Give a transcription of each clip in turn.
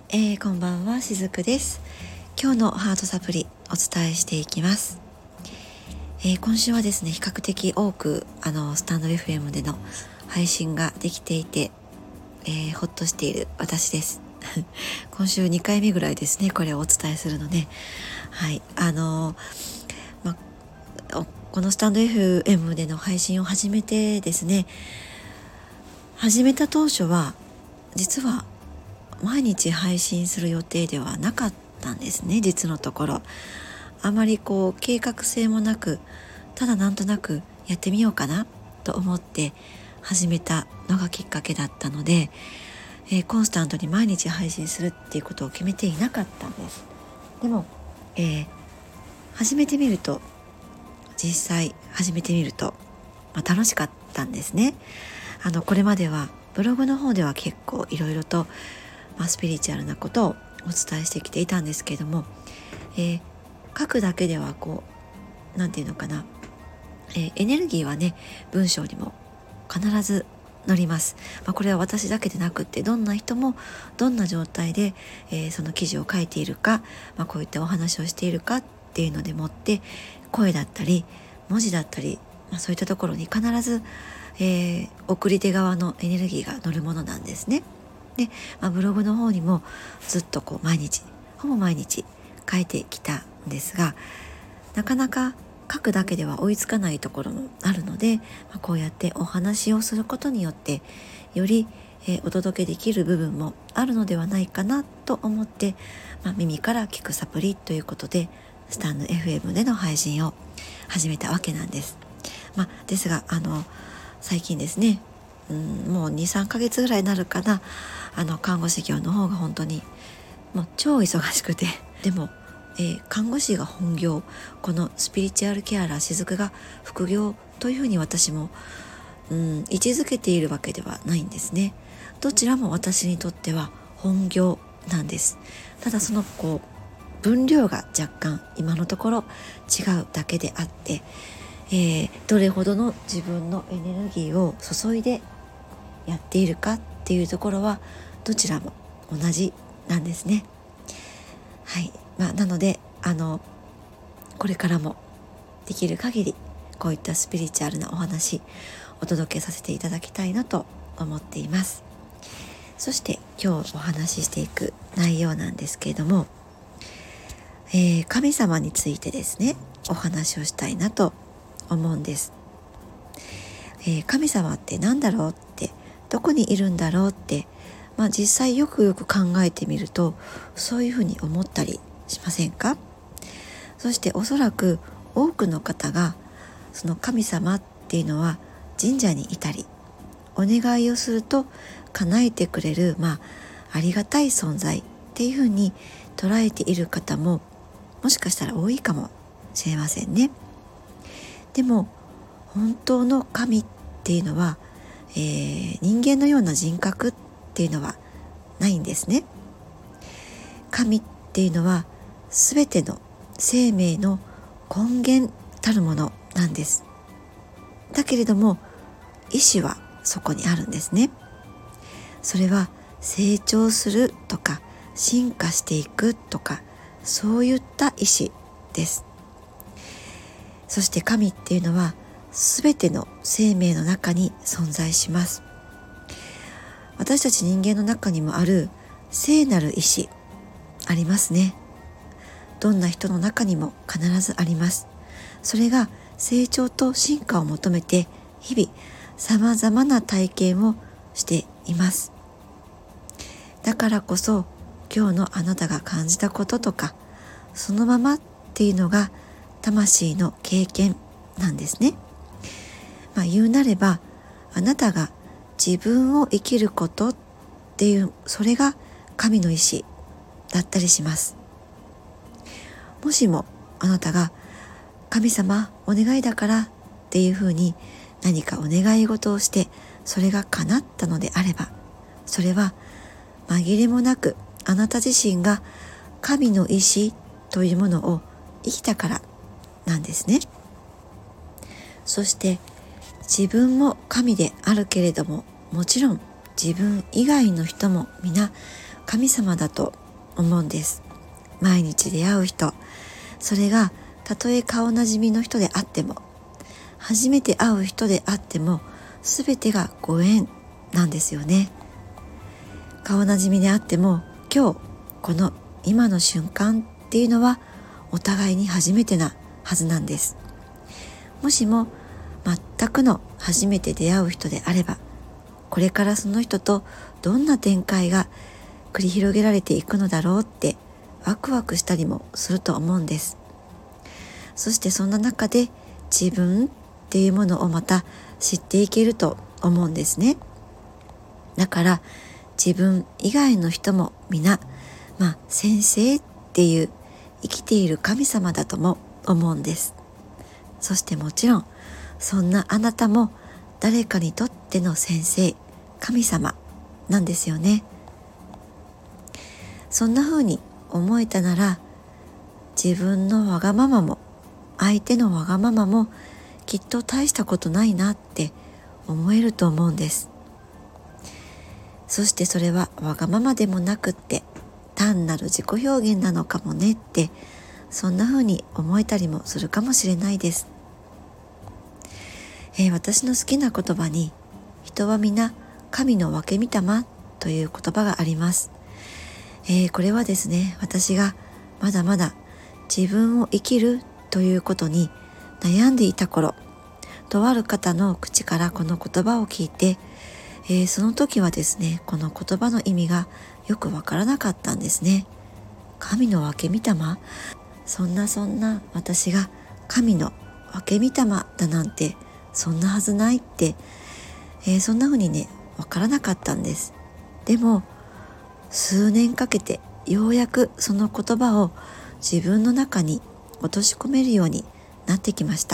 こんばんは、しずくです。今日のハートサプリお伝えしていきます。今週はですね、比較的多くスタンド FM での配信ができていて、ほっとしている私です。今週2回目ぐらいですね、これをお伝えするので、はい、このスタンド FM での配信を始めてですね、始めた当初は実は毎日配信する予定ではなかったんですね。実のところあまり計画性もなく、ただなんとなくやってみようかなと思って始めたのがきっかけだったので、コンスタントに毎日配信するっていうことを決めていなかったんです。でも、始めてみると実際始めてみると、楽しかったんですね。これまではブログの方では結構いろいろと、スピリチュアルなことをお伝えしてきていたんですけれども、書くだけではなんていうのかな、エネルギーはね、文章にも必ず乗ります。これは私だけでなくって、どんな人もどんな状態で、その記事を書いているか、こういったお話をしているかっていうのでもって、声だったり文字だったり、そういったところに必ず、送り手側のエネルギーが乗るものなんですね。で、ブログの方にもずっとほぼ毎日書いてきたんですが、なかなか書くだけでは追いつかないところもあるので、こうやってお話をすることによってより、お届けできる部分もあるのではないかなと思って、耳から聞くサプリということでスタンド FM での配信を始めたわけなんです。ですが最近ですね、もう 2,3 ヶ月ぐらいになるかな、看護師業の方が本当にもう超忙しくて、でも、看護師が本業、このスピリチュアルケアラーしずくが副業というふうに私も位置づけているわけではないんですね。どちらも私にとっては本業なんです。ただその分量が若干今のところ違うだけであって、どれほどの自分のエネルギーを注いでやっているかっていうところはどちらも同じなんですね。はい、なのでこれからもできる限りこういったスピリチュアルなお話お届けさせていただきたいなと思っています。そして今日お話ししていく内容なんですけれども、神様についてですね、お話をしたいなと思うんです。神様って何だろうって、どこにいるんだろうって、実際よくよく考えてみるとそういうふうに思ったりしませんか？そしておそらく多くの方がその神様っていうのは神社にいたり、お願いをすると叶えてくれる、ありがたい存在っていうふうに捉えている方ももしかしたら多いかもしれませんね。でも本当の神っていうのは、人間のような人格っていうのはないんですね。神っていうのは全ての生命の根源たるものなんです。だけれども意志はそこにあるんですね。それは成長するとか進化していくとか、そういった意志です。そして神っていうのは全ての生命の中に存在します。私たち人間の中にもある聖なる意志ありますね。どんな人の中にも必ずあります。それが成長と進化を求めて日々様々な体験をしています。だからこそ今日のあなたが感じたこととか、そのままっていうのが魂の経験なんですね。言うなれば、あなたが自分を生きることっていう、それが神の意志だったりします。もしもあなたが神様お願いだからっていうふうに何かお願い事をしてそれが叶ったのであれば、それは紛れもなくあなた自身が神の意志というものを生きたからなんですね。そして自分も神であるけれども、もちろん自分以外の人も皆神様だと思うんです。毎日出会う人、それがたとえ顔なじみの人であっても、初めて会う人であっても、全てがご縁なんですよね。顔なじみであっても、今日この今の瞬間っていうのはお互いに初めてなはずなんです。もしも全くの初めて出会う人であれば、これからその人とどんな展開が繰り広げられていくのだろうってワクワクしたりもすると思うんです。そしてそんな中で自分っていうものをまた知っていけると思うんですね。だから自分以外の人も皆、先生っていう生きている神様だとも思うんです。そしてもちろんそんなあなたも誰かにとっての先生、神様なんですよね。そんな風に思えたなら、自分のわがままも相手のわがままもきっと大したことないなって思えると思うんです。そしてそれはわがままでもなくって単なる自己表現なのかもねって、そんな風に思えたりもするかもしれないです。私の好きな言葉に、人は皆神の分け御霊という言葉があります。これはですね、私がまだまだ自分を生きるということに悩んでいた頃、とある方の口からこの言葉を聞いて、その時はですね、この言葉の意味がよくわからなかったんですね。神の分け御霊、そんな私が神の分け御霊だなんてそんなはずないって、そんな風にね、わからなかったんです。でも数年かけてようやくその言葉を自分の中に落とし込めるようになってきました。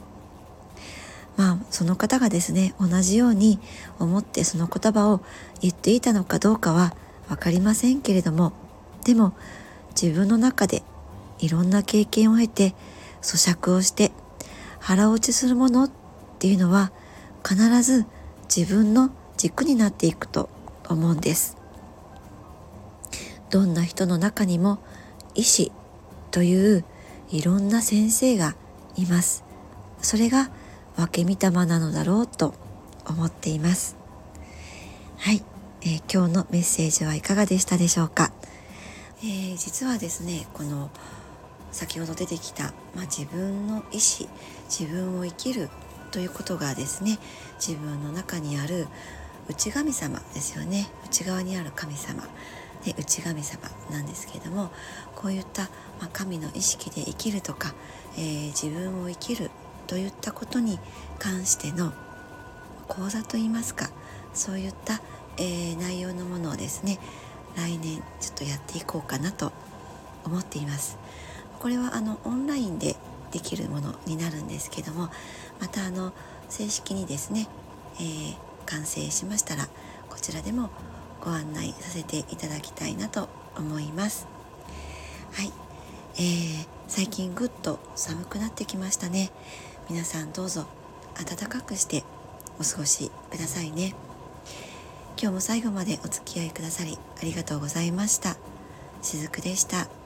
その方がですね、同じように思ってその言葉を言っていたのかどうかはわかりませんけれども、でも自分の中でいろんな経験を経て咀嚼をして腹落ちするものっていうのは必ず自分の軸になっていくと思うんです。どんな人の中にも医師といういろんな先生がいます。それが分け御霊なのだろうと思っています。はい、今日のメッセージはいかがでしたでしょうか。実はですね、この先ほど出てきた、自分の意志、自分を生きるということがですね、自分の中にある内神様ですよね。内側にある神様で内神様なんですけれども、こういった、神の意識で生きるとか、自分を生きるといったことに関しての講座といいますか、そういった、内容のものをですね、来年ちょっとやっていこうかなと思っています。これはオンラインでできるものになるんですけども、また正式にですね、完成しましたらこちらでもご案内させていただきたいなと思います。はい、最近ぐっと寒くなってきましたね。皆さんどうぞ暖かくしてお過ごしくださいね。今日も最後までお付き合いくださりありがとうございました。しずくでした。